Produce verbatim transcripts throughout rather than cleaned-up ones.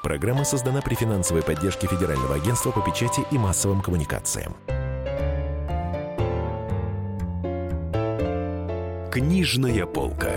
Программа создана при финансовой поддержке Федерального агентства по печати и массовым коммуникациям. Книжная полка.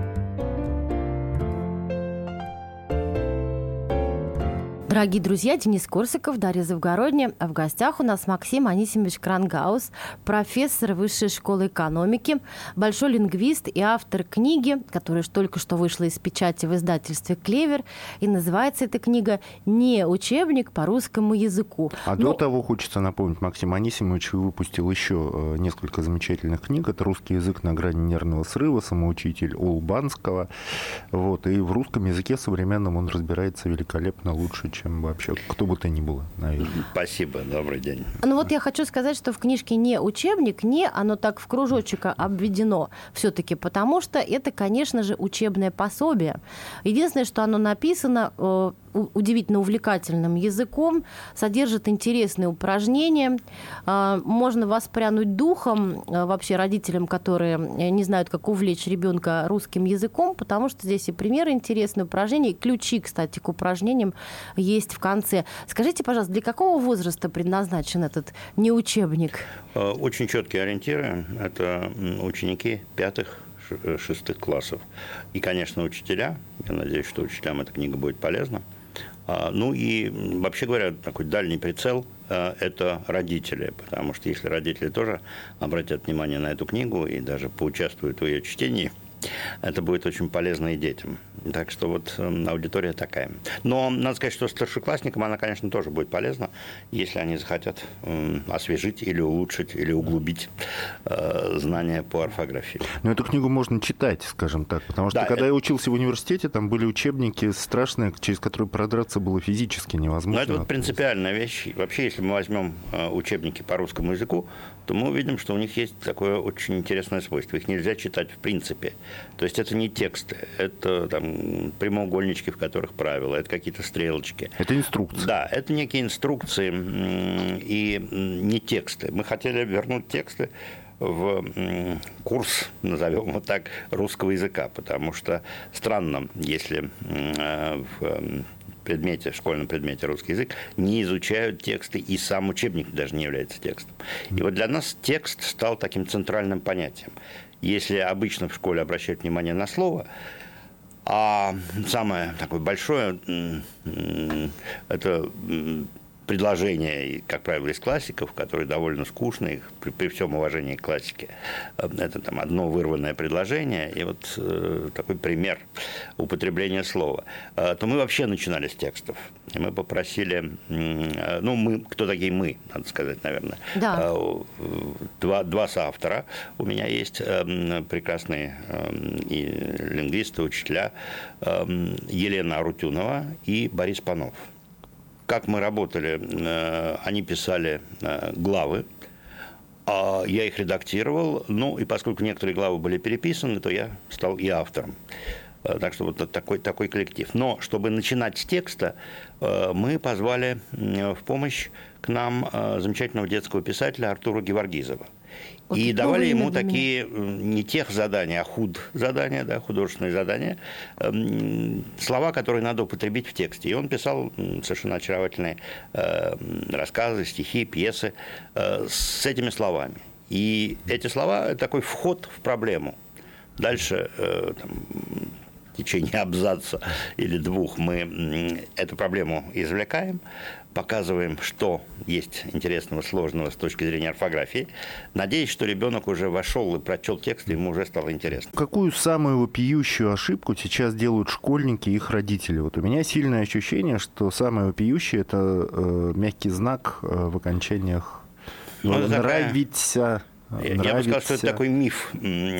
Дорогие друзья, Денис Корсаков, Дарья Завгородняя. А в гостях у нас Максим Анисимович Крангаус, профессор Высшей школы экономики, большой лингвист и автор книги, которая только что вышла из печати в издательстве «Клевер». И называется эта книга «Не учебник по русскому языку». А Но... до того хочется напомнить, Максим Анисимович выпустил еще несколько замечательных книг. Это «Русский язык на грани нервного срыва», «Самоучитель» Улбанского. Вот. И в русском языке современном он разбирается великолепно, лучше, чем вообще кто бы то ни было, наверное. Спасибо, добрый день. Ну вот я хочу сказать, что в книжке не учебник, не, оно так в кружочек обведено все-таки, потому что это, конечно же, учебное пособие. Единственное, что оно написано э, удивительно увлекательным языком, содержит интересные упражнения, э, можно воспрянуть духом э, вообще родителям, которые не знают, как увлечь ребенка русским языком, потому что здесь и примеры интересные, упражнения, и ключи, кстати, к упражнениям есть в конце. Скажите, пожалуйста, для какого возраста предназначен этот неучебник? Очень четкие ориентиры. Это ученики пятых, шестых классов. И, конечно, учителя. Я надеюсь, что учителям эта книга будет полезна. Ну и, вообще говоря, такой дальний прицел – это родители. Потому что если родители тоже обратят внимание на эту книгу и даже поучаствуют в ее чтении, это будет очень полезно и детям. Так что вот аудитория такая. Но надо сказать, что старшеклассникам она, конечно, тоже будет полезна, если они захотят освежить или улучшить, или углубить знания по орфографии. Но эту книгу можно читать, скажем так, потому что, да, когда это... я учился в университете, там были учебники страшные, через которые продраться было физически невозможно. Но это вот принципиальная вещь. Вообще, если мы возьмем учебники по русскому языку, то мы увидим, что у них есть такое очень интересное свойство. Их нельзя читать в принципе. То есть это не тексты, это там прямоугольнички, в которых правила, это какие-то стрелочки. Это инструкции. Да, это некие инструкции и не тексты. Мы хотели вернуть тексты в курс, назовем его так, русского языка, потому что странно, если в предмете, в школьном предмете русский язык не изучают тексты, и сам учебник даже не является текстом. И вот для нас текст стал таким центральным понятием. Если обычно в школе обращают внимание на слово, а самое такое большое – это предложения, как правило, из классиков, которые довольно скучные, при, при всем уважении к классике. Это там одно вырванное предложение, и вот э, такой пример употребления слова. Э, то мы вообще начинали с текстов. И мы попросили, э, ну, мы, кто такие мы, надо сказать, наверное. Да. Э, два, два соавтора у меня есть, э, прекрасные э, и лингвисты, учителя, э, Елена Арутюнова и Борис Панов. Как мы работали, они писали главы, а я их редактировал, ну, и поскольку некоторые главы были переписаны, то я стал и автором. Так что вот такой, такой коллектив. Но чтобы начинать с текста, мы позвали в помощь к нам замечательного детского писателя Артура Геворгизова. Вот и давали ему такие не тех задания, а худ задания, да, художественные задания, слова, которые надо употребить в тексте. И он писал совершенно очаровательные рассказы, стихи, пьесы с этими словами. И эти слова – это такой вход в проблему. Дальше там, в течение абзаца или двух мы эту проблему извлекаем, показываем, что есть интересного, сложного с точки зрения орфографии. Надеюсь, что ребенок уже вошел и прочел текст, и ему уже стало интересно. Какую самую вопиющую ошибку сейчас делают школьники и их родители? Вот у меня сильное ощущение, что самое вопиющее – это э, мягкий знак э, в окончаниях ну, «нравится». Такая... Я, я бы сказал, что это такой миф.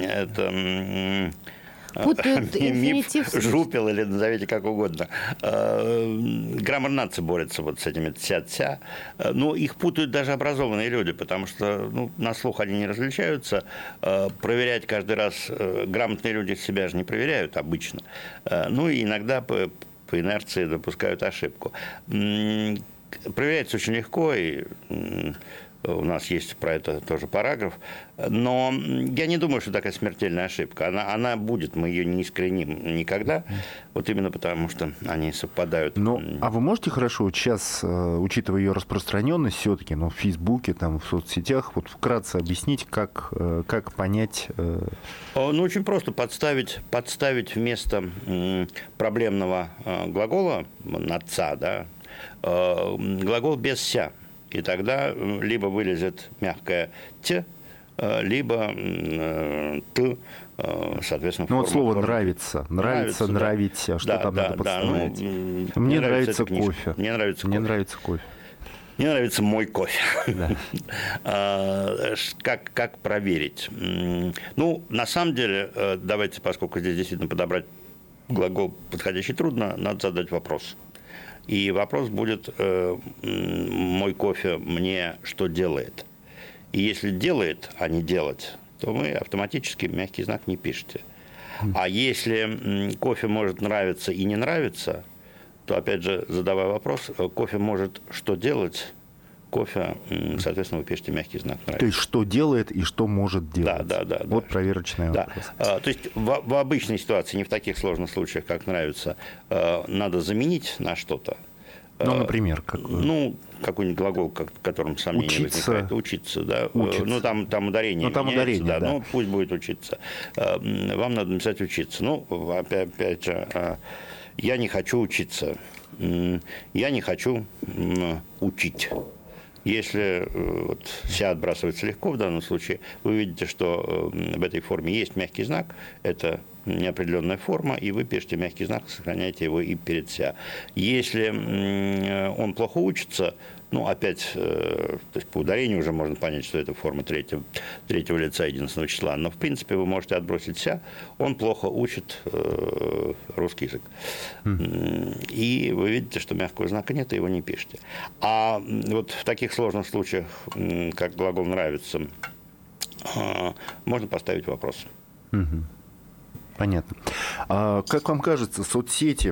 Это... Путают инфинитив. Миф жупел или назовите как угодно. Граммар нации борется вот с этими тся-тся. Но их путают даже образованные люди, потому что ну, на слух они не различаются. Проверять каждый раз грамотные люди себя же не проверяют обычно. Ну и иногда по, по инерции допускают ошибку. Проверяется очень легко, и У нас есть про это тоже параграф. Но я не думаю, что такая смертельная ошибка. Она, она будет, мы ее не искореним никогда. Вот именно потому, что они совпадают. Ну, а вы можете хорошо вот сейчас, учитывая ее распространенность все-таки, ну, в Фейсбуке, там, в соцсетях, вот вкратце объяснить, как, как понять... Ну, очень просто. Подставить, подставить вместо проблемного глагола «надца», да, глагол без «ся». И тогда либо вылезет мягкое «т», либо «т», соответственно, ну, форма, вот слово форма. «нравится». Нравится, да. нравится. А что да, там да, надо подставлять? Да, ну, мне, мне нравится, нравится кофе. Мне нравится мне кофе. нравится кофе. Мне нравится мой кофе. Да. как, как проверить? Ну, на самом деле, давайте, поскольку здесь действительно подобрать глагол подходящий трудно, надо задать вопрос. И вопрос будет, мой кофе мне что делает? И если делает, а не делать, то вы автоматически мягкий знак не пишете. А если кофе может нравиться и не нравиться, то, опять же, задавая вопрос, кофе может что делать? Кофе, соответственно, вы пишете мягкий знак «нравится». То есть, что делает и что может делать. Да, да, да. Вот да. проверочный да. вопрос. А, то есть, в, в обычной ситуации, не в таких сложных случаях, как нравится, а, надо заменить на что-то. Ну, например, какой? Ну, какой-нибудь глагол, как, в котором сомнение учиться. возникает. Учиться, да. Учиться. Ну, там, там ударение ну, там меняется, ударение, да. да. Ну, пусть будет учиться. Вам надо написать «учиться». Ну, опять, опять же, я не хочу учиться. Я не хочу учить. Если вот «ся» отбрасывается легко в данном случае, вы видите, что в этой форме есть мягкий знак, это неопределенная форма, и вы пишете мягкий знак, сохраняете его и перед «ся». Если он плохо учится, ну, опять, то есть по ударению уже можно понять, что это форма третьего, третьего лица единственного числа, но, в принципе, вы можете отбросить «ся», он плохо учит э, русский язык. Mm. И вы видите, что мягкого знака нет, и его не пишете. А вот в таких сложных случаях, как глагол «нравится», э, можно поставить вопрос. Mm-hmm. Понятно. А как вам кажется, соцсети,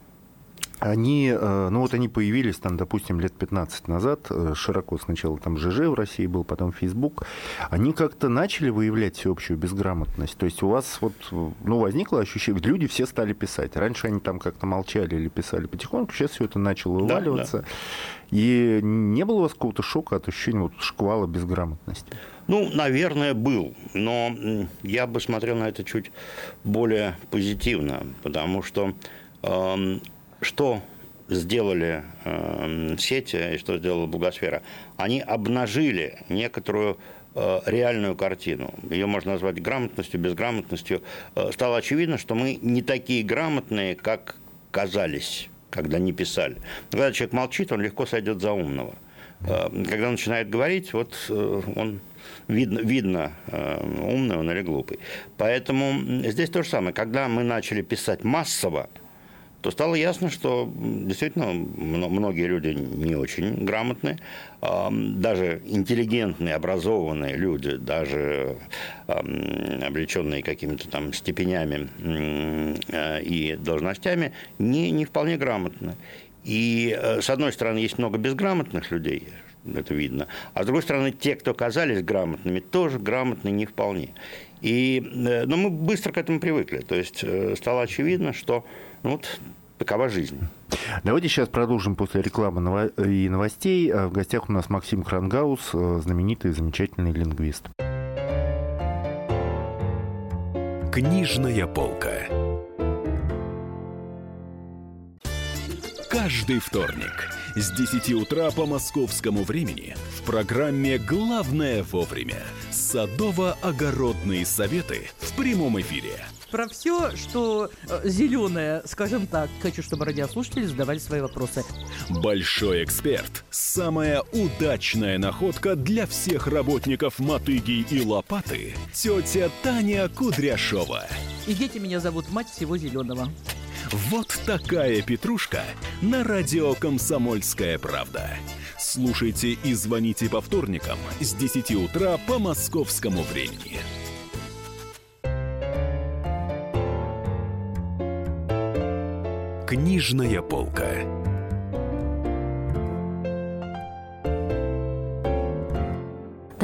они, ну вот они появились там, допустим, лет пятнадцать назад, широко сначала там ЖЖ в России был, потом Фейсбук, они как-то начали выявлять всеобщую безграмотность. То есть у вас вот, ну, возникло ощущение, люди все стали писать. Раньше они там как-то молчали или писали потихоньку, сейчас все это начало вываливаться. Да, да. И не было у вас какого-то шока от ощущения вот шквала безграмотности? Ну, наверное, был, но я бы смотрел на это чуть более позитивно, потому что э, что сделали э, сети и что сделала блогосфера? Они обнажили некоторую э, реальную картину. Ее можно назвать грамотностью, безграмотностью. Э, стало очевидно, что мы не такие грамотные, как казались, когда не писали. Но когда человек молчит, он легко сойдет за умного. Э, когда он начинает говорить, вот э, он... Видно, видно, умный он или глупый. Поэтому здесь то же самое. Когда мы начали писать массово, то стало ясно, что действительно многие люди не очень грамотные, даже интеллигентные, образованные люди, даже облеченные какими-то там степенями и должностями, не, не вполне грамотны. И, с одной стороны, есть много безграмотных людей, это видно. А с другой стороны, те, кто казались грамотными, тоже грамотны не вполне. И, но мы быстро к этому привыкли. То есть стало очевидно, что ну, вот такова жизнь. Давайте сейчас продолжим после рекламы и новостей. В гостях у нас Максим Крангаус, знаменитый и замечательный лингвист. Книжная полка. Каждый вторник с десяти утра по московскому времени в программе «Главное вовремя» садово-огородные советы в прямом эфире. Про все, что э, зеленое, скажем так, хочу, чтобы радиослушатели задавали свои вопросы. Большой эксперт. Самая удачная находка для всех работников мотыги и лопаты. Тетя Таня Кудряшова. И дети меня зовут мать всего зеленого. Вот такая петрушка на радио «Комсомольская правда». Слушайте и звоните по вторникам с десяти утра по московскому времени. Книжная полка.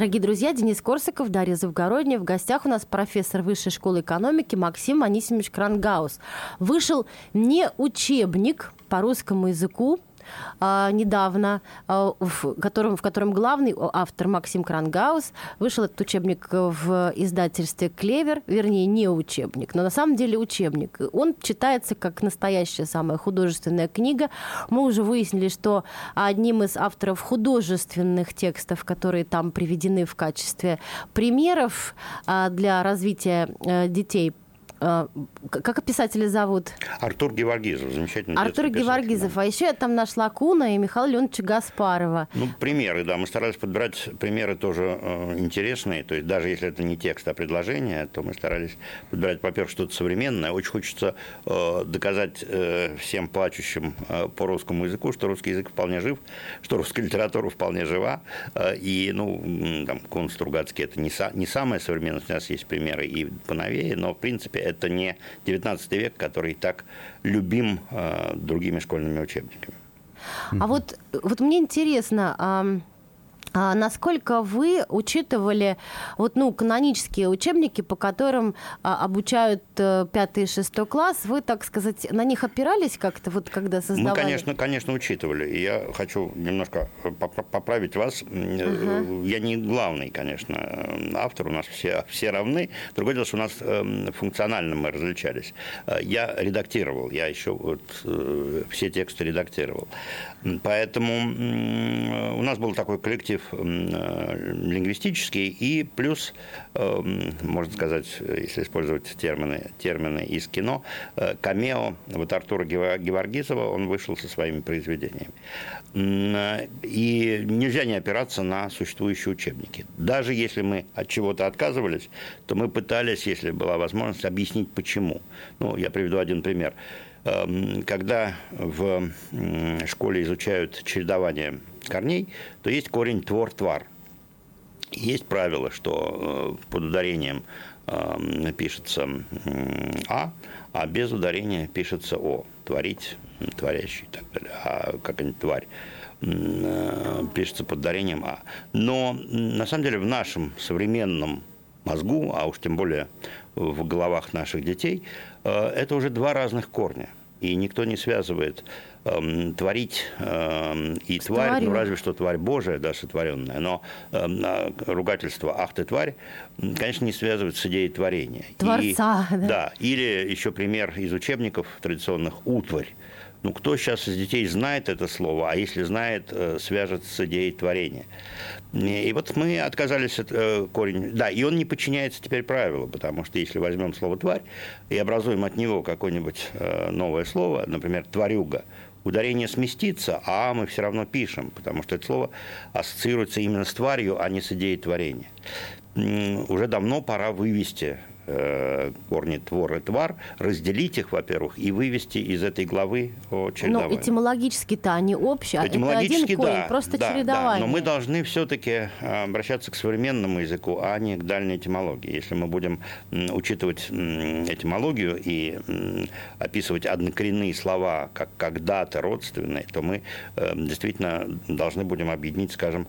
Дорогие друзья, Денис Корсаков, Дарья Завгородняя. В гостях у нас профессор Высшей школы экономики Максим Анисимович Крангаус. Вышел не учебник по русскому языку, а, недавно, а, в, котором, в котором главный автор Максим Крангаус. Вышел этот учебник в издательстве «Клевер», вернее, не учебник, но на самом деле учебник. Он читается как настоящая самая художественная книга. Мы уже выяснили, что одним из авторов художественных текстов, которые там приведены в качестве примеров а, для развития а, детей, как писателя зовут? Артур Геваргизов, замечательный Артур Геваргизов. Да. А еще я там нашла Куна и Михаила Леонидовича Гаспарова. Ну, примеры, да. Мы старались подбирать примеры тоже э, интересные. То есть даже если это не текст, а предложение, то мы старались подбирать, во-первых, что-то современное. Очень хочется э, доказать э, всем плачущим э, по русскому языку, что русский язык вполне жив, что русская литература вполне жива. Э, и, ну, там, Кун, Стругацкий – это не, са- не самое современное. У нас есть примеры и поновее, но, в принципе, это не девятнадцатый век, который так любим э, другими школьными учебниками. А вот, вот мне интересно, а, а насколько вы учитывали вот, ну, канонические учебники, по которым а, обучают а, пятый и шестой класс, вы, так сказать, на них опирались как-то, вот, когда создавали? Мы, конечно, конечно, учитывали. И я хочу немножко поправить вас. Uh-huh. Я не главный, конечно, автор. У нас все, все равны. Другое дело, что у нас функционально мы различались. Я редактировал. Я еще вот все тексты редактировал. Поэтому у нас был такой коллектив лингвистический, и плюс, можно сказать, если использовать термины, термины из кино, камео вот Артура Геваргизова, он вышел со своими произведениями. И нельзя не опираться на существующие учебники. Даже если мы от чего-то отказывались, то мы пытались, если была возможность, объяснить, почему. Ну, я приведу один пример. Когда в школе изучают чередование корней, то есть корень твор-твар. Есть правило, что под ударением пишется «а», а без ударения пишется «о». Творить, творящий и так далее. А какая-нибудь тварь пишется под ударением «а». Но на самом деле в нашем современном мозгу, а уж тем более в головах наших детей, это уже два разных корня. И никто не связывает э, творить э, и тварь, тварью. Ну, разве что тварь Божия, да, сотворенная. Но э, ругательство «ах ты тварь», конечно, не связывает с идеей творения. Творца, и, да. Да. Или еще пример из учебников традиционных «утварь». Ну, кто сейчас из детей знает это слово, а если знает, свяжет с идеей творения. И вот мы отказались от э, корень. Да, и он не подчиняется теперь правилу, потому что если возьмем слово «тварь» и образуем от него какое-нибудь э, новое слово, например, «тварюга», ударение сместится, а мы все равно пишем, потому что это слово ассоциируется именно с тварью, а не с идеей творения. Уже давно пора вывести корни твор и твар, разделить их, во-первых, и вывести из этой главы о чередовании. Но этимологически-то они общие, этимологически, это один корень, да, просто да, чередование. Да, но мы должны все-таки обращаться к современному языку, а не к дальней этимологии. Если мы будем учитывать этимологию и описывать однокоренные слова как когда-то родственные, то мы действительно должны будем объединить, скажем,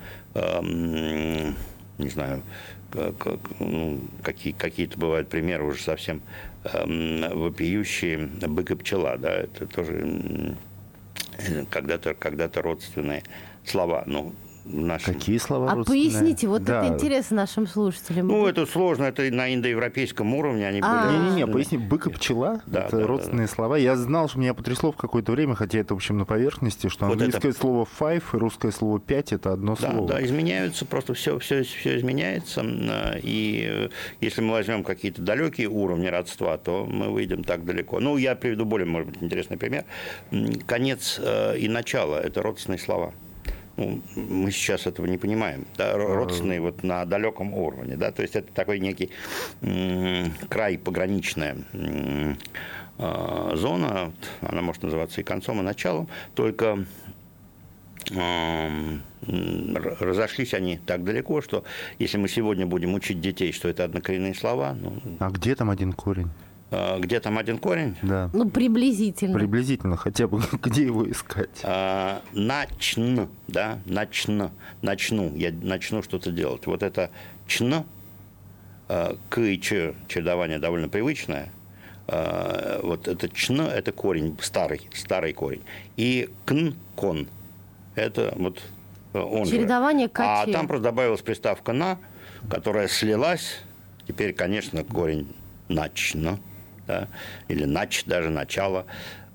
не знаю, как, ну, какие, какие-то бывают примеры уже совсем э, вопиющие. Бык и пчела, да, это тоже э, когда-то, когда-то родственные слова. Ну, нашим... Какие слова А родственные? поясните, вот да. это интересно нашим слушателям. Ну, это сложно, это на индоевропейском уровне они А. были. Не-не-не, поясни, бык и пчела, Да, это да, родственные да, да. слова. Я знал, что меня потрясло в какое-то время, хотя это, в общем, на поверхности, что Вот английское это... слово five и русское слово пять – это одно Да, слово. да, изменяются, просто все, все, все изменяется. И если мы возьмем какие-то далекие уровни родства, то мы выйдем так далеко. Ну, я приведу более, может быть, интересный пример. Конец и начало – это родственные слова. Ну, мы сейчас этого не понимаем, да, родственные вот на далеком уровне, да, то есть это такой некий м- край, пограничная м- э- зона, она может называться и концом, и началом, только э- разошлись они так далеко, что если мы сегодня будем учить детей, что это однокоренные слова, ну... А где там один корень? Где там один корень? Да. Ну, приблизительно. Приблизительно, хотя бы где его искать? А, начн, да, начн, начну, я начну что-то делать. Вот это чн, к и ч, чередование довольно привычное. Вот это чн, это корень, старый, старый корень. И кн, кон, это вот он чередование же. А каче. там просто добавилась приставка на, которая слилась. Теперь, конечно, корень начно. Да, или нач, даже начало.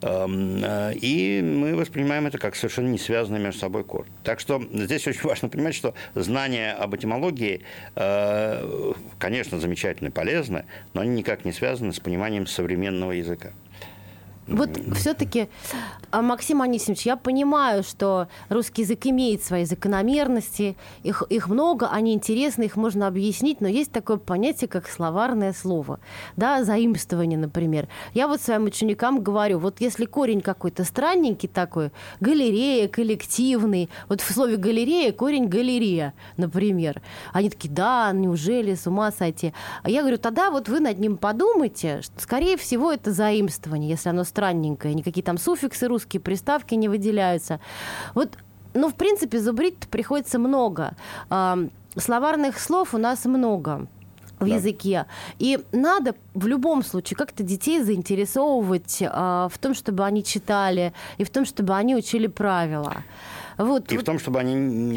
И мы воспринимаем это как совершенно не связанный между собой корень. Так что здесь очень важно понимать, что знания об этимологии, конечно, замечательно и полезны, но они никак не связаны с пониманием современного языка. Вот все-таки, Максим Анисимович, я понимаю, что русский язык имеет свои закономерности, их, их много, они интересны, их можно объяснить, но есть такое понятие, как словарное слово, да, заимствование, например. Я вот своим ученикам говорю, вот если корень какой-то странненький такой, галерея, коллективный, вот в слове галерея корень галерея, например. Они такие, да, неужели, с ума сойти? А я говорю, тогда вот вы над ним подумайте, что, скорее всего, это заимствование, если оно странненькое, никакие там суффиксы русские, приставки не выделяются. Вот, ну, в принципе, зубрить приходится много. А, словарных слов у нас много в да. языке. И надо в любом случае как-то детей заинтересовывать а, в том, чтобы они читали, и в том, чтобы они учили правила. Вот, и вот. в том, чтобы они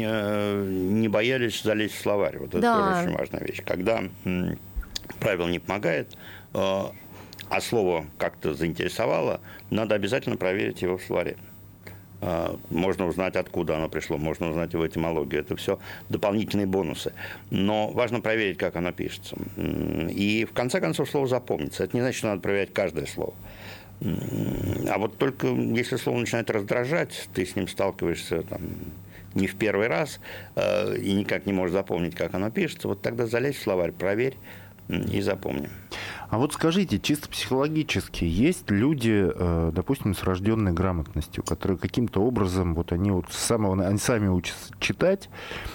не боялись залезть в словарь. Вот это да. тоже очень важная вещь. Когда м, правило не помогает, э, а слово как-то заинтересовало, надо обязательно проверить его в словаре. Можно узнать, откуда оно пришло, можно узнать его этимологию. Это все дополнительные бонусы. Но важно проверить, как оно пишется. И в конце концов слово запомнится. Это не значит, что надо проверять каждое слово. А вот только если слово начинает раздражать, ты с ним сталкиваешься там, не в первый раз и никак не можешь запомнить, как оно пишется, вот тогда залезь в словарь, проверь и запомни. А вот скажите, чисто психологически, есть люди, допустим, с врожденной грамотностью, которые каким-то образом, вот они вот с самого, они сами учатся читать,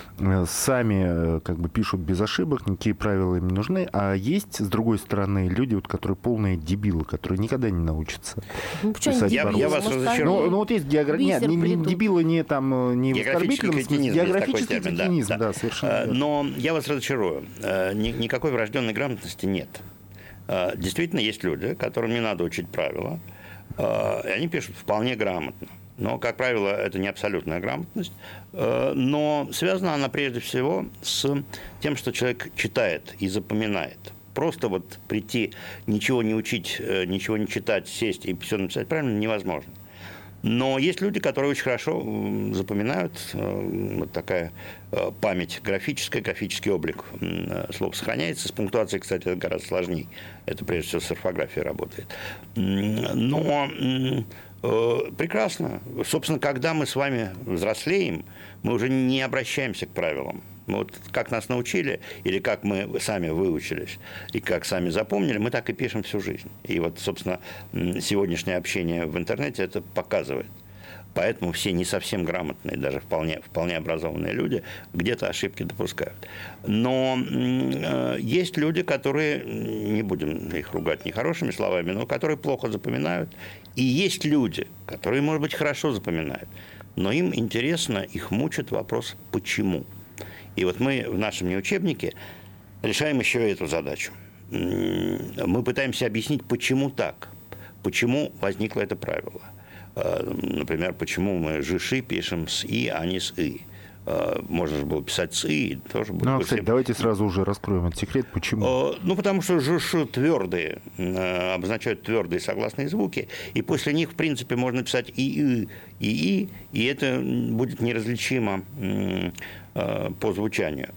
сами как бы пишут без ошибок, никакие правила им не нужны, а есть, с другой стороны, люди, вот, которые полные дебилы, которые никогда не научатся ну, писать я, я вас разочарую. Ну, ну вот есть геогра... Нет, не, не, дебилы не там не географический кретинизм, географический термин, кретинизм, да, да, да. совершенно. Но я вас разочарую. Никакой врожденной грамотности нет. Действительно, есть люди, которым не надо учить правила, и они пишут вполне грамотно. Но, как правило, это не абсолютная грамотность, но связана она прежде всего с тем, что человек читает и запоминает. Просто вот прийти, ничего не учить, ничего не читать, сесть и все написать правильно невозможно. Но есть люди, которые очень хорошо запоминают, вот такая память графическая, графический облик слов сохраняется. С пунктуацией, кстати, это гораздо сложнее. Это, прежде всего, с орфографией работает. Но прекрасно. Собственно, когда мы с вами взрослеем, мы уже не обращаемся к правилам. Вот как нас научили, или как мы сами выучились, и как сами запомнили, мы так и пишем всю жизнь. И вот, собственно, сегодняшнее общение в интернете это показывает. Поэтому все не совсем грамотные, даже вполне, вполне образованные люди где-то ошибки допускают. Но э, есть люди, которые, не будем их ругать нехорошими словами, но которые плохо запоминают. И есть люди, которые, может быть, хорошо запоминают, но им интересно, их мучит вопрос «почему?». И вот мы в нашем неучебнике решаем еще эту задачу. Мы пытаемся объяснить, почему так, почему возникло это правило. Например, почему мы «жиши» пишем с «и», а не с «и». Можно же было писать с «и», тоже будет. Ну, а, кстати, давайте сразу уже раскроем этот секрет. Почему? Ну, потому что «жиши» твердые, обозначают твердые согласные звуки, и после них, в принципе, можно писать «и», «и», «и», «и», и это будет неразличимо по звучанию.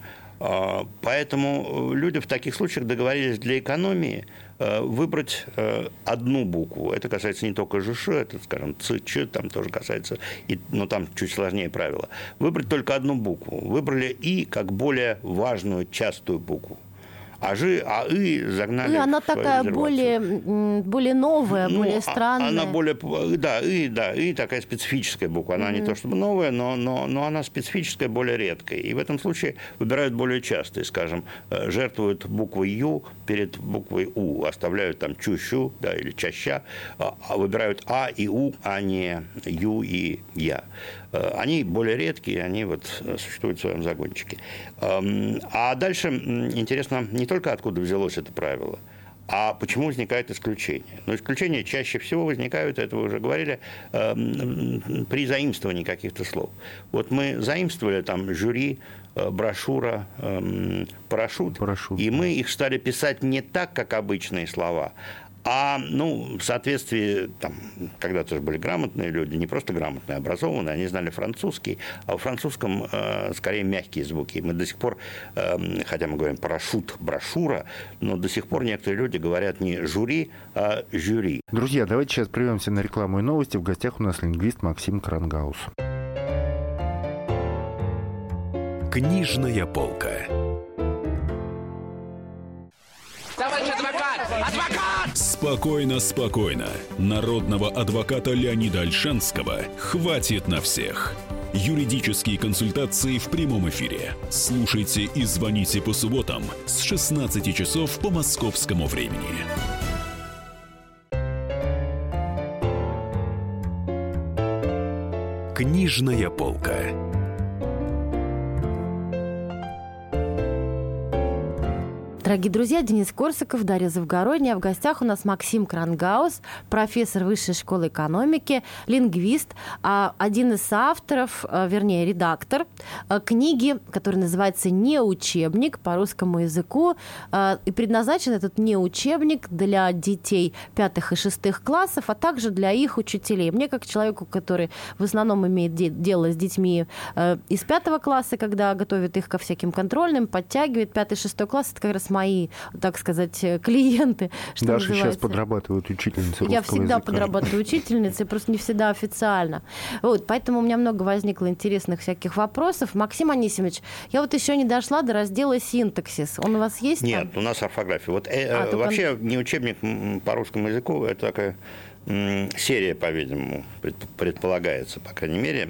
Поэтому люди в таких случаях договорились для экономии выбрать одну букву. Это касается не только ЖШ, это, скажем, ЦИ, ЧИ, там тоже касается, но там чуть сложнее правила. Выбрать только одну букву. Выбрали «и» как более важную, частую букву. А жи, а и загнали. И она в такая более, более новая, ну, более странная. Она более, да, и, да, и такая специфическая буква. Она mm-hmm. не то чтобы новая, но, но, но она специфическая, более редкая. И в этом случае выбирают более часто. И, скажем, жертвуют буквой Ю перед буквой У. Оставляют там чущу, да, или чаща. А выбирают А и У, а не Ю и Я. Они более редкие, они вот существуют в своем загончике. А дальше интересно не только откуда взялось это правило, а почему возникает исключение. Но исключения чаще всего возникают, это вы уже говорили, при заимствовании каких-то слов. Вот мы заимствовали там жюри, брошюра, парашют, парашют, и мы их стали писать не так, как обычные слова, а, ну, в соответствии, там, когда-то же были грамотные люди, не просто грамотные, а образованные, они знали французский, а в французском э, скорее мягкие звуки. Мы до сих пор, э, хотя мы говорим парашют, брошюра, но до сих пор некоторые люди говорят не жюри, а жюри. Друзья, давайте сейчас прервемся на рекламу и новости. В гостях у нас лингвист Максим Крангаус. Книжная полка. Товарищ адвокат! Адвокат! Спокойно, спокойно. Народного адвоката Леонида Ольшанского хватит на всех. Юридические консультации в прямом эфире. Слушайте и звоните по субботам с шестнадцати часов по московскому времени. Книжная полка. Дорогие друзья, Денис Корсаков, Дарья Завгородняя. А в гостях у нас Максим Крангаус, профессор Высшей школы экономики, лингвист, один из авторов, вернее, редактор книги, которая называется «Неучебник» по русскому языку. И предназначен этот неучебник для детей пятых и шестых классов, а также для их учителей. Мне, как человеку, который в основном имеет дело с детьми из пятого класса, когда готовит их ко всяким контрольным, подтягивает пятый и шестой класс, это как раз мои, так сказать, клиенты. Что Даша называется. Сейчас подрабатывает учительницей русского Я всегда языка. подрабатываю учительницей, просто не всегда официально. Вот, поэтому у меня много возникло интересных всяких вопросов. Максим Анисимович, я вот еще не дошла до раздела «Синтаксис». Он у вас есть? Нет, там? у нас орфография. Вот, э, а, вообще не учебник по русскому языку, это такая м, серия, по-видимому, предполагается, по крайней мере.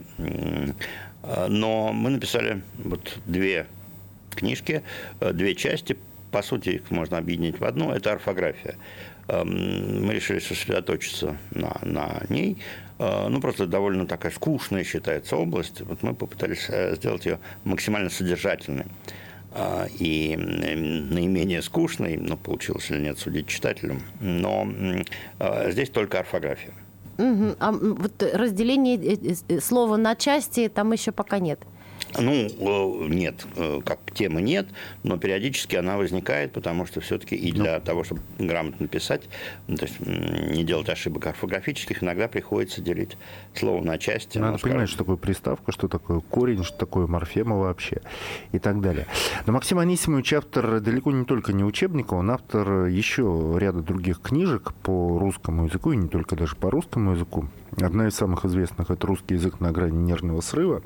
Но мы написали вот две книжки, две части. По сути, их можно объединить в одну. Это орфография. Мы решили сосредоточиться на, на ней. Ну, просто довольно такая скучная считается область. Вот мы попытались сделать ее максимально содержательной и наименее скучной. Ну, получилось или нет, судить читателям. Но здесь только орфография. Угу. А вот разделение слова на части там еще пока нет? Ну, нет, как темы нет, но периодически она возникает, потому что все-таки и для того, чтобы грамотно писать, ну, то есть не делать ошибок орфографических, иногда приходится делить слово на части. Надо ну, понимать, скажем... что такое приставка, что такое корень, что такое морфема вообще и так далее. Но Максим Анисимович автор далеко не только не учебника, он автор еще ряда других книжек по русскому языку, и не только даже по русскому языку. Одна из самых известных – это «Русский язык на грани нервного срыва»,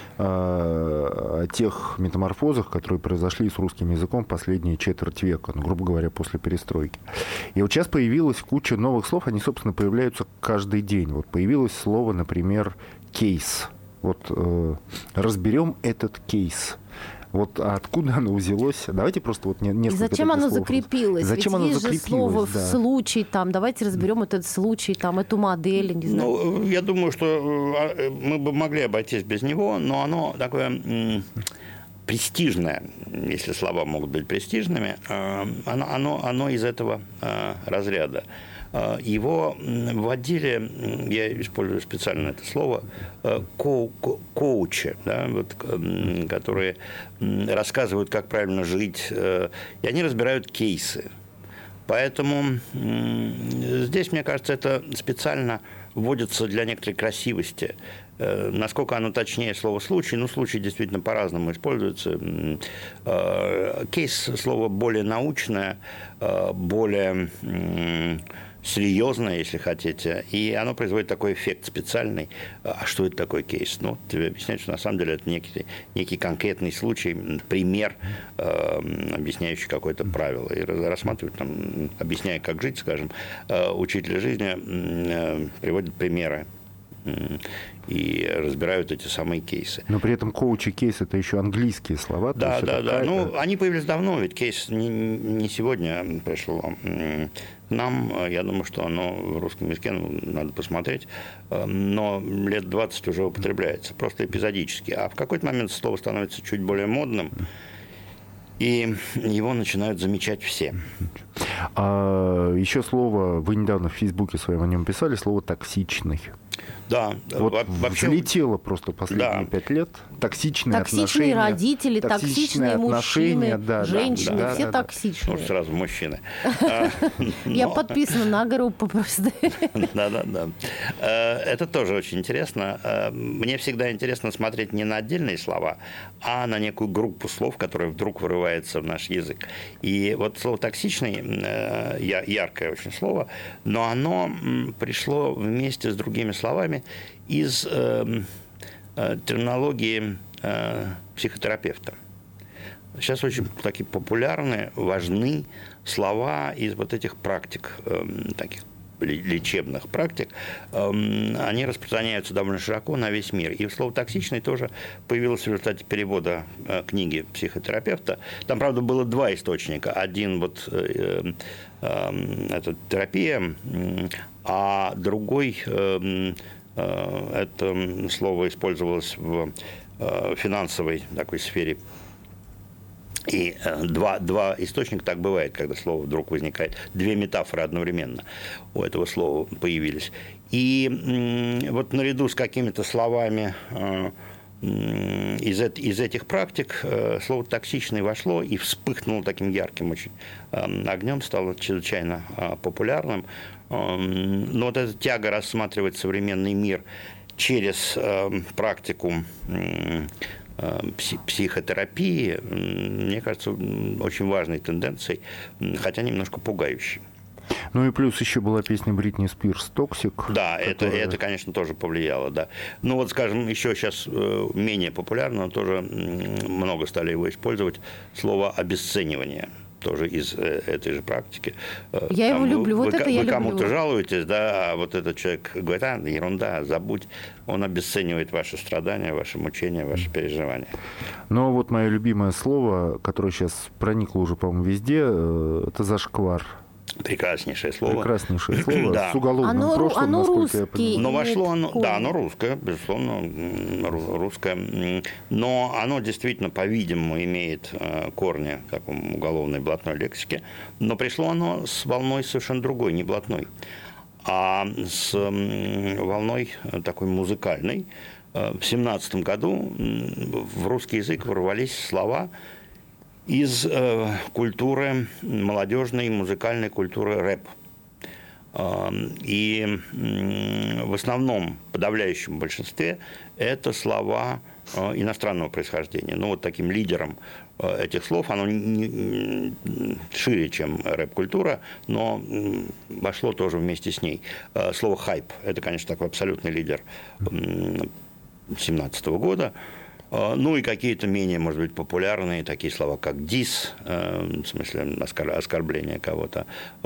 о тех метаморфозах, которые произошли с русским языком в последние четверть века, ну, грубо говоря, после перестройки. И вот сейчас появилась куча новых слов, они, собственно, появляются каждый день. Вот появилось слово, например, «кейс». Вот э, разберем этот кейс. Вот откуда оно взялось? Давайте просто вот несколько. И зачем оно слов. закрепилось? Зачем Ведь оно есть закрепилось? Же слово да. в случай там. Давайте разберем этот случай, там, эту модель, не знаю. Ну, я думаю, что мы бы могли обойтись без него, но оно такое м- престижное, если слова могут быть престижными, э- оно, оно, оно из этого э- разряда. Его вводили, я использую специально это слово, ко- ко- коучи, да, вот, которые рассказывают, как правильно жить, и они разбирают кейсы. Поэтому здесь, мне кажется, это специально вводится для некоторой красивости. Насколько оно точнее слово «случай», ну, случай действительно по-разному используется. Кейс – слово более научное, более серьезное, если хотите, и оно производит такой эффект специальный. А что это такое кейс? Ну, тебе объясняют, что на самом деле это некий, некий конкретный случай, пример, э, объясняющий какое-то правило. И рассматривают, там, объясняя, как жить, скажем, э, учитель жизни э, приводит примеры и разбирают эти самые кейсы. Но при этом коуч и кейс – это еще английские слова. Да, да, да. Ну, они появились давно, ведь кейс не, не сегодня пришло к нам. Я думаю, что оно в русском языке, ну, надо посмотреть, но лет двадцать уже употребляется, просто эпизодически. А в какой-то момент слово становится чуть более модным, и его начинают замечать все. А еще слово, вы недавно в Фейсбуке своем о нем писали, слово «токсичный». Да, вот вообще взлетело просто последние пять да. лет. Токсичные, токсичные отношения. Родители, токсичные, токсичные мужчины, да, женщины, да, все да, да. токсичные. Ну, сразу мужчины. Я подписана на группу просто. Да-да-да. Это тоже очень интересно. Мне всегда интересно смотреть не на отдельные слова, а на некую группу слов, которая вдруг вырывается в наш язык. И вот слово «токсичный» яркое очень слово, но оно пришло вместе с другими словами из э, э, терминологии э, психотерапевта. Сейчас очень такие популярны, важны слова из вот этих практик, э, таких лечебных практик, они распространяются довольно широко на весь мир. И слово «токсичный» тоже появилось в результате перевода книги психотерапевта. Там, правда, было два источника. Один вот э, э, это терапия, а другой э, э, это слово использовалось в э, финансовой такой сфере. И э, два, два источника, так бывает, когда слово вдруг возникает, две метафоры одновременно у этого слова появились. И э, вот наряду с какими-то словами э, э, из, из этих практик э, слово «токсичный» вошло и вспыхнуло таким ярким очень э, огнем, стало чрезвычайно э, популярным. Э, но вот эта тяга рассматривать современный мир через э, практику э, психотерапии, мне кажется, очень важной тенденцией, хотя немножко пугающей. Ну и плюс еще была песня Бритни Спирс «Токсик». Да, которая... это, это, конечно, тоже повлияло, да. Ну вот, скажем, еще сейчас менее популярно, но тоже много стали его использовать, слово «обесценивание». Тоже из этой же практики. Я Там его люблю, вы, вот вы, это вы я люблю. Вы кому-то жалуетесь, да, а вот этот человек говорит, а, ерунда, забудь. Он обесценивает ваши страдания, ваши мучения, ваши переживания. Но вот мое любимое слово, которое сейчас проникло уже, по-моему, везде, это «зашквар». Прекраснейшее слово. Прекраснейшее слово да. с уголовным оно, прошлым, оно насколько я понимаю. Но вошло оно, да, оно русское, безусловно, русское. Но оно действительно, по-видимому, имеет корни в таком уголовной блатной лексике. Но пришло оно с волной совершенно другой, не блатной, а с волной такой музыкальной. В семнадцатом году в русский язык ворвались слова из э, культуры, молодежной музыкальной культуры рэп. Э, и э, в основном, подавляющем большинстве, это слова э, иностранного происхождения. Ну, вот таким лидером э, этих слов, оно не, не, шире, чем рэп-культура, но э, вошло тоже вместе с ней. Э, слово «хайп» – это, конечно, такой абсолютный лидер э, семнадцатого года. Ну и какие-то менее, может быть, популярные такие слова, как «дис», в смысле оскорбление кого-то,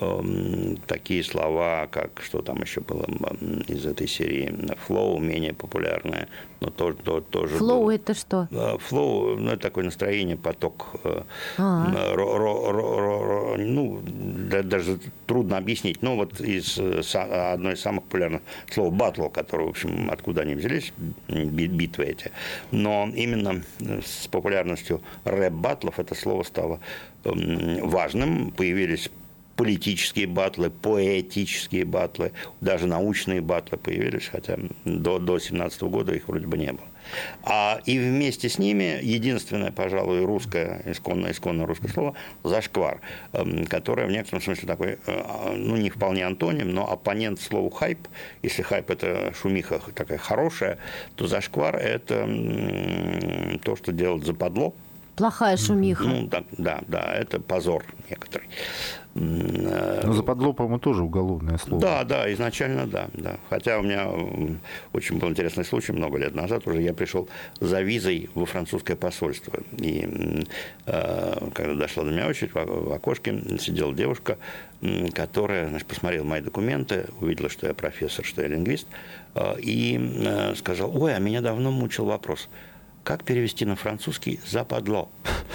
такие слова, как, что там еще было из этой серии, «флоу», менее популярное, но тоже, тоже «Флоу» было. Это что? «Флоу», ну, это такое настроение, поток, А-а. ро, ро, ро, ро, ну, даже трудно объяснить, но вот из одной из самых популярных слов «батл», которое, в общем, откуда они взялись, битвы эти, но именно с популярностью рэп-баттлов это слово стало важным. Появились политические баттлы, поэтические баттлы, даже научные баттлы появились, хотя до, до семнадцатого года их вроде бы не было. А и вместе с ними единственное, пожалуй, русское, исконно, исконно русское слово «зашквар», которое в некотором смысле такой, ну, не вполне антоним, но оппонент слову «хайп». Если хайп – это шумиха такая хорошая, то зашквар – это то, что делать западло. Плохая шумиха. Ну, да, да, да, это позор некоторый. Но западло, по-моему, тоже уголовное слово. Да, да, изначально да, да. Хотя у меня очень был интересный случай, много лет назад уже я пришел за визой во французское посольство. И э, когда дошла до меня очередь, в окошке сидела девушка, которая, значит, посмотрела мои документы, увидела, что я профессор, что я лингвист, э, и э, сказала: ой, а меня давно мучил вопрос, как перевести на французский «западло»?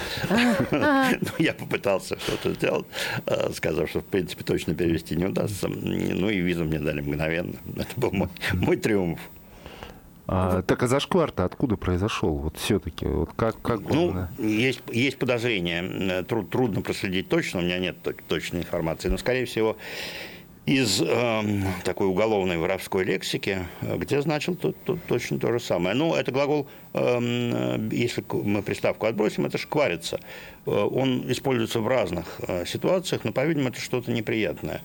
Я попытался что-то сделать, сказав, что, в принципе, точно перевести не удастся. Ну, и визу мне дали мгновенно. Это был мой, мой триумф. А, так, а зашквар-то откуда произошел? Вот все-таки, вот как, как ну, он... есть, есть подозрение. Труд, трудно проследить точно, у меня нет точной информации, но, скорее всего, из э, такой уголовной воровской лексики, где значил то, то, точно то же самое. Ну, это глагол, э, если мы приставку отбросим, это шквариться. Он используется в разных э, ситуациях, но, по-видимому, это что-то неприятное.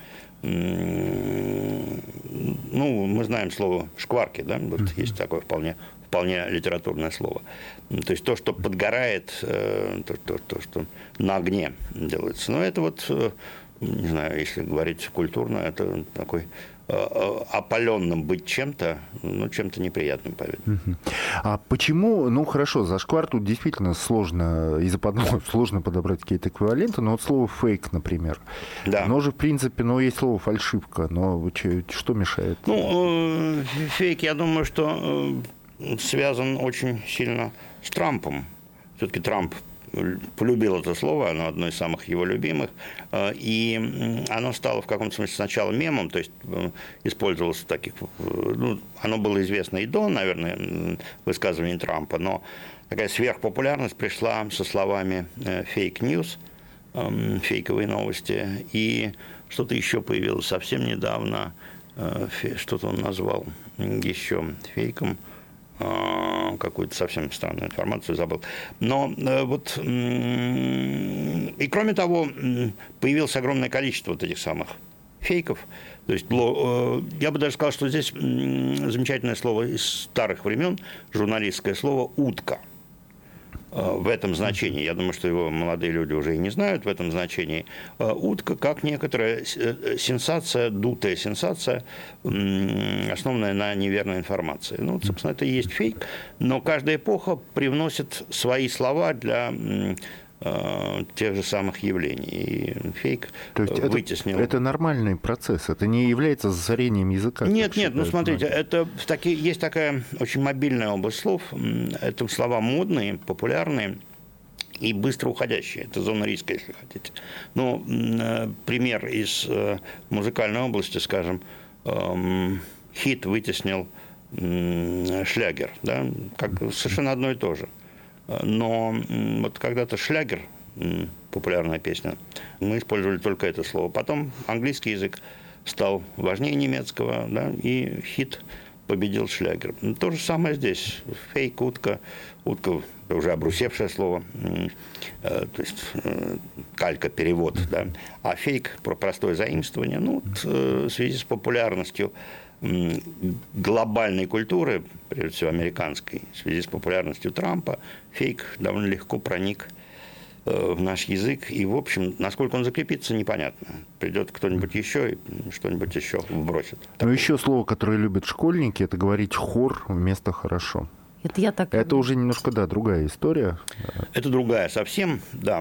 Ну, мы знаем слово «шкварки», да, вот mm-hmm. есть такое вполне, вполне литературное слово. То есть то, что подгорает, э, то, то, то, что на огне делается. Но это вот... не знаю, если говорить культурно, это такой опаленным быть чем-то, ну, чем-то неприятным, по-видимому. А почему, ну, хорошо, зашквар тут действительно сложно, из-за подобного сложно подобрать какие-то эквиваленты, но вот слово «фейк», например. Да. Оно же, в принципе, ну, есть слово «фальшивка», но что мешает? Ну, фейк, я думаю, что связан очень сильно с Трампом. Все-таки Трамп полюбил это слово, оно одно из самых его любимых, и оно стало в каком-то смысле сначала мемом, то есть использовалось в таких, ну, оно было известно и до, наверное, высказываний Трампа, но такая сверхпопулярность пришла со словами «фейк ньюс», фейковые новости, и что-то еще появилось совсем недавно, что-то он назвал еще фейком, какую-то совсем странную информацию забыл. Но вот и кроме того, появилось огромное количество вот этих самых фейков. То есть я бы даже сказал, что здесь замечательное слово из старых времен, журналистское слово «утка». В этом значении, я думаю, что его молодые люди уже и не знают, в этом значении утка как некоторая сенсация, дутая сенсация, основанная на неверной информации. Ну, собственно, это и есть фейк, но каждая эпоха привносит свои слова для тех же самых явлений. И фейк То есть вытеснил. Это, это нормальный процесс, это не является засорением языка? Нет, нет, ну смотрите, это таки, есть такая очень мобильная область слов, это слова модные, популярные и быстро уходящие. Это зона риска, если хотите. Ну, пример из музыкальной области, скажем, хит вытеснил шлягер, да, как совершенно одно и то же. Но вот когда-то шлягер, популярная песня, мы использовали только это слово. Потом английский язык стал важнее немецкого, да, и хит победил шлягер. То же самое здесь. Фейк, утка. Утка – это уже обрусевшее слово, то есть калька, перевод. Да. А фейк – про простое заимствование. Ну, вот, в связи с популярностью глобальной культуры, прежде всего американской, в связи с популярностью Трампа, фейк довольно легко проник в наш язык. И, в общем, насколько он закрепится, непонятно. Придет кто-нибудь еще и что-нибудь еще вбросит. Ну, еще слово, которое любят школьники, это говорить «хор» вместо «хорошо». Это я так... Это уже немножко, да, другая история. Это другая совсем, да.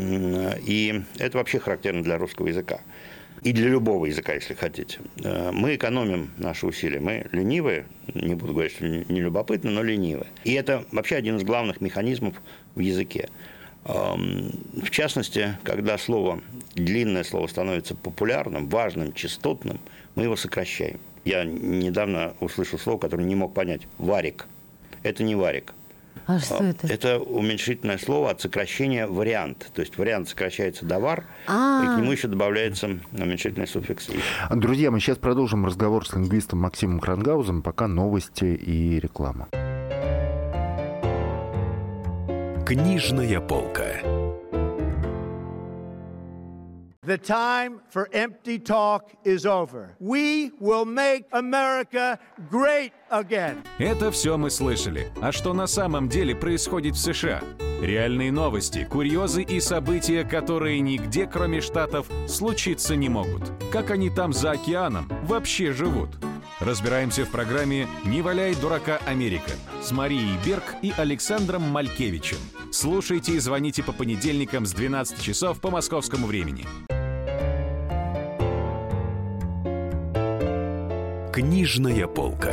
И это вообще характерно для русского языка. И для любого языка, если хотите. Мы экономим наши усилия. Мы ленивые, не буду говорить, что не любопытны, но ленивые. И это вообще один из главных механизмов в языке. В частности, когда слово, длинное слово становится популярным, важным, частотным, мы его сокращаем. Я недавно услышал слово, которое не мог понять. Варик. Это не варик. А что это? Это уменьшительное слово от сокращения вариант. То есть вариант сокращается до вар, А-а-а. и к нему еще добавляется уменьшительный суффикс. Друзья, мы сейчас продолжим разговор с лингвистом Максимом Крангаузом. Пока новости и реклама. Книжная полка. The time for empty talk is over. We will make America great again. Это все мы слышали. А что на самом деле происходит в США? Реальные новости, курьезы и события, которые нигде, кроме Штатов, случиться не могут. Как они там за океаном вообще живут? Разбираемся в программе «Не валяй дурака, Америка» с Марией Берг и Александром Малькевичем. Слушайте и звоните по понедельникам с двенадцати часов по московскому времени. Книжная полка.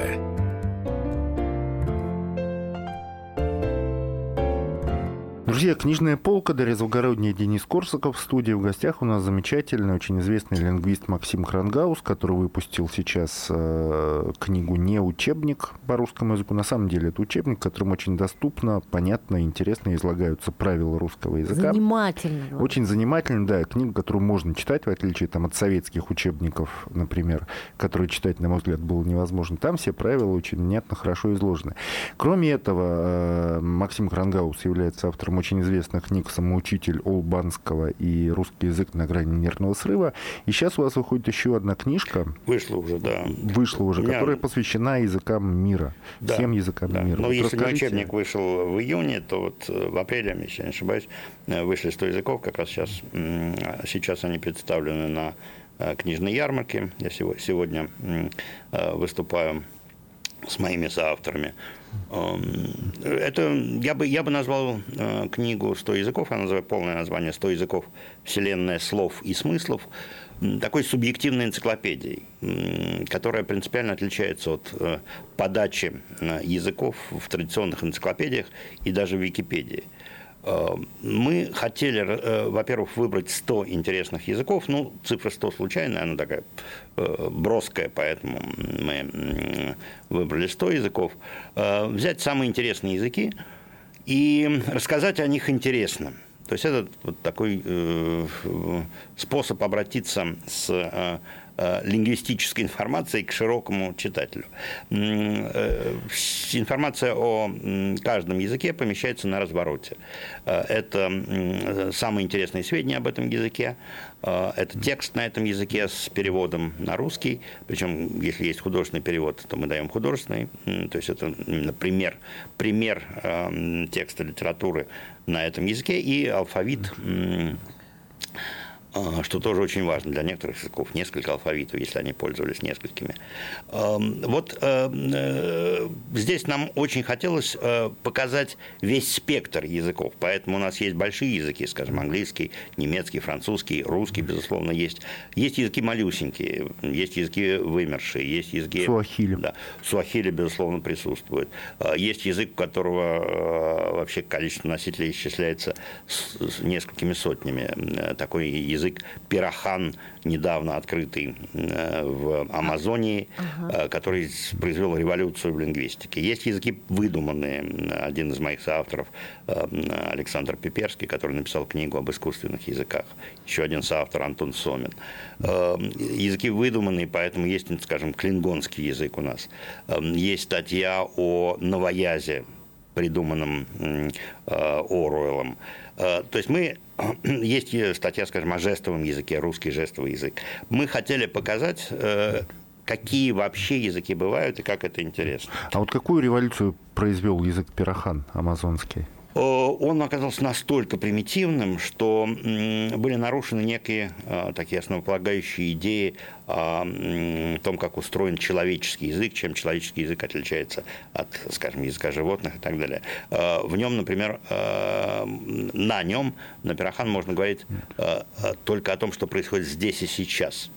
Друзья, книжная полка, Дарья Завгородняя, Денис Корсаков. В студии в гостях у нас замечательный, очень известный лингвист Максим Крангаус, который выпустил сейчас э, книгу «Не учебник» по русскому языку. На самом деле это учебник, в котором очень доступно, понятно, интересно излагаются правила русского языка. Занимательно. Очень занимательно, да. Книга, которую можно читать, в отличие там, от советских учебников, например, которые читать, на мой взгляд, было невозможно. Там все правила очень внятно, хорошо изложены. Кроме этого, э, Максим Крангаус является автором очень известных книг «Самоучитель» Олбанского и «Русский язык на грани нервного срыва». И сейчас у вас выходит еще одна книжка. Вышла уже, да. Вышла уже, меня... которая посвящена языкам мира. Да, всем языкам да. мира. Но вот если расскажите... учебник вышел в июне, то вот в апреле, если я не ошибаюсь, вышли сто языков. Как раз сейчас, сейчас они представлены на книжной ярмарке. Я сегодня выступаю с моими соавторами. Это, я бы, я бы назвал э, книгу «сто языков», она называет полное название «сто языков. Вселенная слов и смыслов», такой субъективной энциклопедией, которая принципиально отличается от э, подачи э, языков в традиционных энциклопедиях и даже в Википедии. Мы хотели, во-первых, выбрать сто интересных языков. Ну, цифра сто случайная, она такая броская, поэтому мы выбрали сто языков. Взять самые интересные языки и рассказать о них интересно. То есть это вот такой способ обратиться с лингвистической информацией к широкому читателю. Информация о каждом языке помещается на развороте. Это самые интересные сведения об этом языке, это текст на этом языке с переводом на русский, причем если есть художественный перевод, то мы даем художественный, то есть это именно пример, пример текста литературы на этом языке и алфавит, что тоже очень важно для некоторых языков, несколько алфавитов, если они пользовались несколькими. Вот здесь нам очень хотелось показать весь спектр языков, поэтому у нас есть большие языки, скажем, английский, немецкий, французский, русский, безусловно, есть. Есть языки малюсенькие, есть языки вымершие, есть языки... Суахили. Да, суахили, безусловно, присутствует. Есть язык, у которого вообще количество носителей исчисляется с несколькими сотнями. Такой язык пирахан, недавно открытый в Амазонии, ага. который произвел революцию в лингвистике. Есть языки выдуманные. Один из моих соавторов, Александр Пиперский, который написал книгу об искусственных языках. Еще один соавтор, Антон Сомин. Языки выдуманные, поэтому есть, скажем, клингонский язык у нас. Есть статья о новоязе, придуманном Оруэллом. То есть мы... Есть статья, скажем, о жестовом языке, русский жестовый язык. Мы хотели показать, какие вообще языки бывают и как это интересно. А вот какую революцию произвел язык пирахан амазонский? Он оказался настолько примитивным, что были нарушены некие такие основополагающие идеи о том, как устроен человеческий язык, чем человеческий язык отличается от, скажем, языка животных и так далее. В нем, например, на нем, на пирахан, можно говорить только о том, что происходит здесь и сейчас.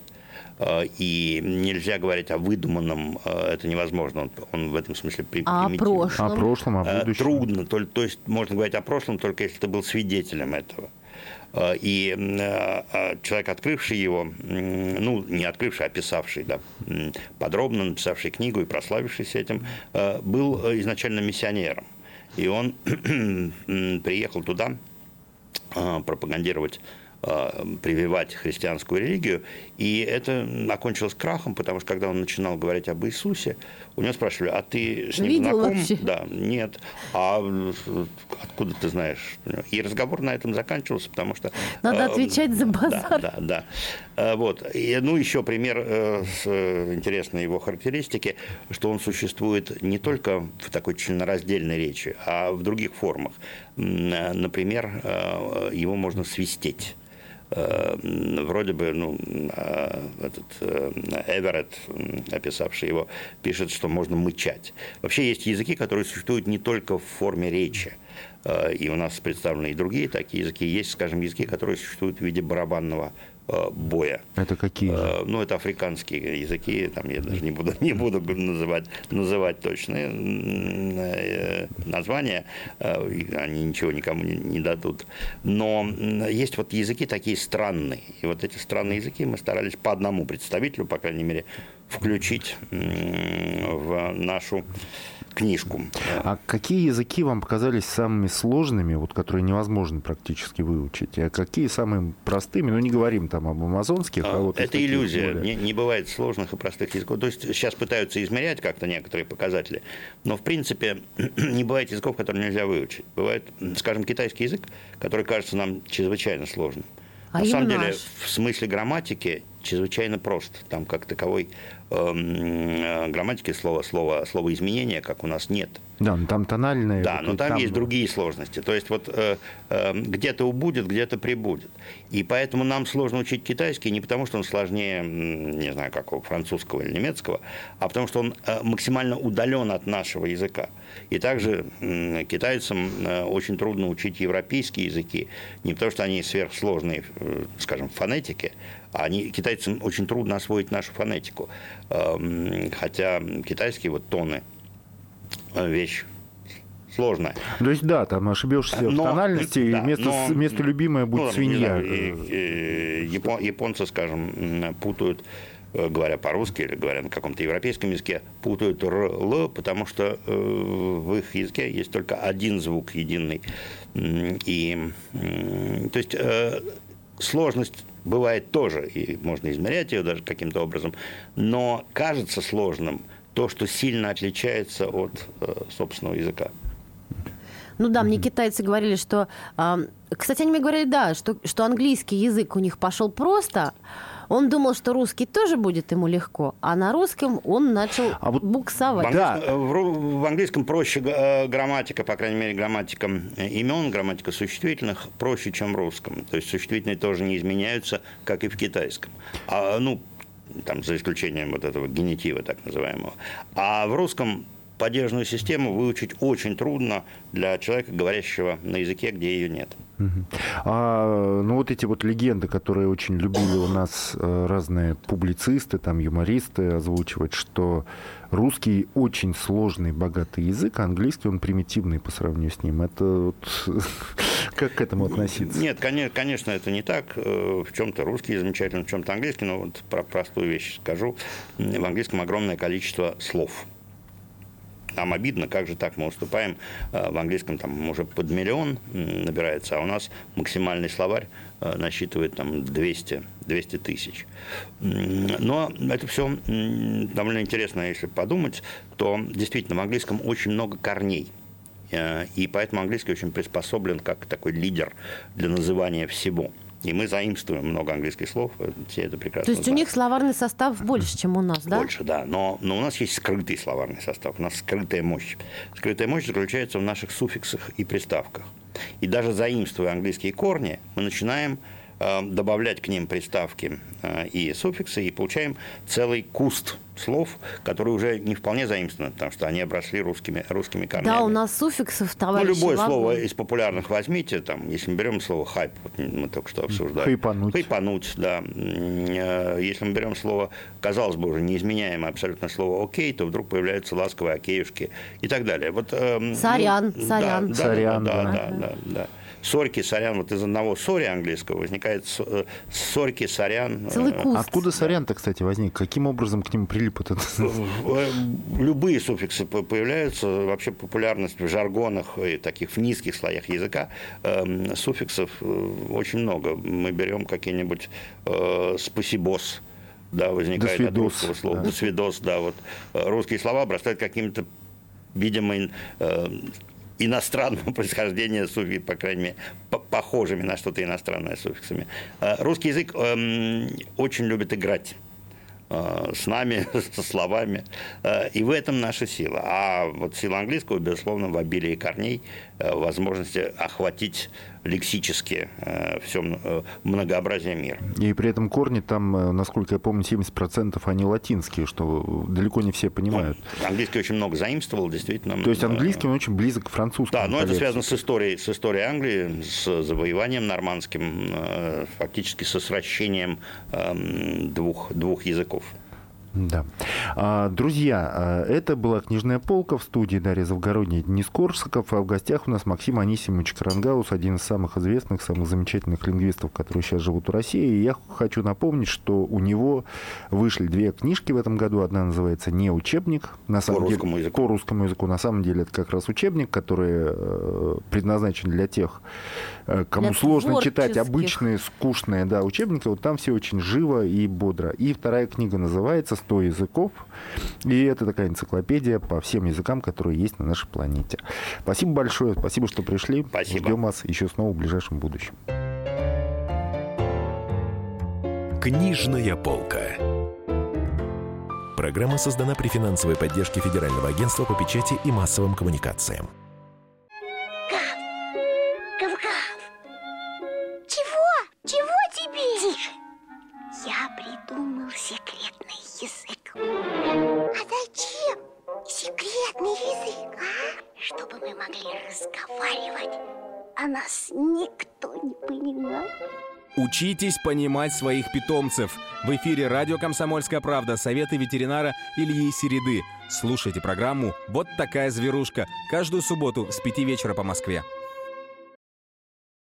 И нельзя говорить о выдуманном, это невозможно, он, он в этом смысле примитивен. А о прошлом? О прошлом, о будущем. Трудно, то, то есть можно говорить о прошлом, только если ты был свидетелем этого. И человек, открывший его, ну, не открывший, а писавший, да, подробно написавший книгу и прославившийся этим, был изначально миссионером. И он приехал туда пропагандировать прививать христианскую религию. И это окончилось крахом, потому что когда он начинал говорить об Иисусе, у него спрашивали: а ты с ним Видел знаком? вообще? Да, нет. А откуда ты знаешь? И разговор на этом заканчивался, потому что... Надо отвечать за базар. Да, да, да. Вот. И, ну, еще пример с интересной его характеристики, что он существует не только в такой членораздельной речи, а в других формах. Например, его можно свистеть. Вроде бы, ну, этот Эверетт, описавший его, пишет, что можно мычать. Вообще есть языки, которые существуют не только в форме речи. И у нас представлены и другие такие языки. Есть, скажем, языки, которые существуют в виде барабанного боя. Это какие? Ну, это африканские языки, там я даже не буду, не буду называть, называть точные названия, они ничего никому не, не дадут. Но есть вот языки такие странные, и вот эти странные языки мы старались по одному представителю, по крайней мере, включить в нашу книжку. А какие языки вам показались самыми сложными, вот, которые невозможно практически выучить? А какие самыми простыми? Ну, не говорим там об амазонских. А, а вот это иллюзия. Не, не бывает сложных и простых языков. То есть сейчас пытаются измерять как-то некоторые показатели, но, в принципе, не бывает языков, которые нельзя выучить. Бывает, скажем, китайский язык, который кажется нам чрезвычайно сложным. А На самом деле, наш? в смысле грамматики чрезвычайно прост. Там как таковой э, грамматики слова, слова, слова изменения, как у нас, нет. Да, но там тональные. Да, вот, но там, там есть другие сложности. То есть вот э, э, где-то убудет, где-то прибудет. И поэтому нам сложно учить китайский не потому, что он сложнее, не знаю, какого, французского или немецкого, а потому что он э, максимально удален от нашего языка. И также э, китайцам э, очень трудно учить европейские языки, не потому что они сверхсложные, э, скажем, в фонетике, а они, китайцам очень трудно освоить нашу фонетику. Э, хотя китайские вот тоны вещь сложная. То есть, да, там ошибешься но, в тональности, да, и вместо, но, вместо любимое будет ну, свинья. И, и, япон, японцы, скажем, путают, говоря по-русски или говоря на каком-то европейском языке, путают р, л, потому что э, в их языке есть только один звук единый. И, э, то есть, э, сложность бывает тоже, и можно измерять ее даже каким-то образом, но кажется сложным то, что сильно отличается от э, собственного языка. Ну да, мне китайцы говорили, что... Э, кстати, они мне говорили, да, что, что английский язык у них пошел просто. Он думал, что русский тоже будет ему легко, а на русском он начал а вот буксовать. В английском, в, в английском проще э, грамматика, по крайней мере, грамматика имен, грамматика существительных проще, чем в русском. То есть существительные тоже не изменяются, как и в китайском. А, ну, там, за исключением вот этого генитива, так называемого. А в русском падежную систему выучить очень трудно для человека, говорящего на языке, где ее нет. А, ну, вот эти вот легенды, которые очень любили у нас разные публицисты, там, юмористы озвучивать, что русский очень сложный, богатый язык, а английский он примитивный по сравнению с ним. Это вот... Как к этому относиться? Нет, конечно, это не так. В чем-то русский замечательный, в чем-то английский, но вот про простую вещь скажу. В английском огромное количество слов. Нам обидно, как же так мы уступаем. В английском там уже под миллион набирается, а у нас максимальный словарь насчитывает там двести тысяч. Но это все довольно интересно, если подумать, то действительно в английском очень много корней. И поэтому английский очень приспособлен как такой лидер для называния всего. И мы заимствуем много английских слов, все это прекрасно То есть знают. у них словарный состав больше, чем у нас, да? Больше, да. Но, но у нас есть скрытый словарный состав, у нас скрытая мощь. Скрытая мощь заключается в наших суффиксах и приставках. И даже заимствуя английские корни, мы начинаем э, добавлять к ним приставки э, и суффиксы, и получаем целый куст слов, которые уже не вполне заимствованы, потому что они обросли русскими, русскими корнями. Да, у нас суффиксов, товарищи. Ну, любое вагон. слово из популярных возьмите, там, если мы берем слово хайп, вот мы только что обсуждали. Хайпануть. Хайпануть, да. Если мы берем слово, казалось бы, уже неизменяемое абсолютно слово окей, то вдруг появляются ласковые океюшки и так далее. Вот, сорян, ну, сорян. Да, сорян, да, да. да, да, да, да. Сорьки, сорян, вот из одного сори английского возникает сорьки, сорян. Целый куст. Откуда сорян-то, кстати, возник? Каким образом к нему прилип? Филипп, это... Любые суффиксы появляются. Вообще популярность в жаргонах и таких в низких слоях языка э, суффиксов очень много. Мы берем какие-нибудь э, «спасибос», да, возникает от русского слова. Да. «Досвидос», да, вот. Русские слова обрастают какими-то, видимо, э, иностранного происхождения, суффиксами, по крайней мере, похожими на что-то иностранное суффиксами. Русский язык э, очень любит играть с нами, со словами. И в этом наша сила. А вот сила английского, безусловно, в обилии корней, возможности охватить лексически все многообразие мира. И при этом корни там, насколько я помню, семьдесят процентов они латинские, что далеко не все понимают. Ну, английский очень много заимствовал, действительно. То есть английский он очень близок к французскому. Да, но это связано с историей, с историей Англии, с завоеванием нормандским, фактически со сращением двух, двух языков. Да. Друзья, это была «Книжная полка», в студии Дарья Завгородняя, Денис Корсаков, а в гостях у нас Максим Анисимович Карангаус, один из самых известных, самых замечательных лингвистов, которые сейчас живут в России. И я хочу напомнить, что у него вышли две книжки в этом году. Одна называется «Не учебник», на самом по деле, русскому языку. по русскому языку. На самом деле это как раз учебник, который предназначен для тех, кому для сложно читать обычные, скучные, да, учебники. Вот там все очень живо и бодро. И вторая книга называется «сто языков». И это такая энциклопедия по всем языкам, которые есть на нашей планете. Спасибо большое. Спасибо, что пришли. Спасибо. Ждем вас еще снова в ближайшем будущем. Книжная полка. Программа создана при финансовой поддержке Федерального агентства по печати и массовым коммуникациям. Гав! Гав-гав! Чего? Чего тебе? Тише! Я придумал секретный язык. А зачем секретный язык, а? Чтобы мы могли разговаривать, а нас никто не понимает. Учитесь понимать своих питомцев. В эфире радио «Комсомольская правда». Советы ветеринара Ильи Середы. Слушайте программу «Вот такая зверушка» каждую субботу с пяти вечера по Москве.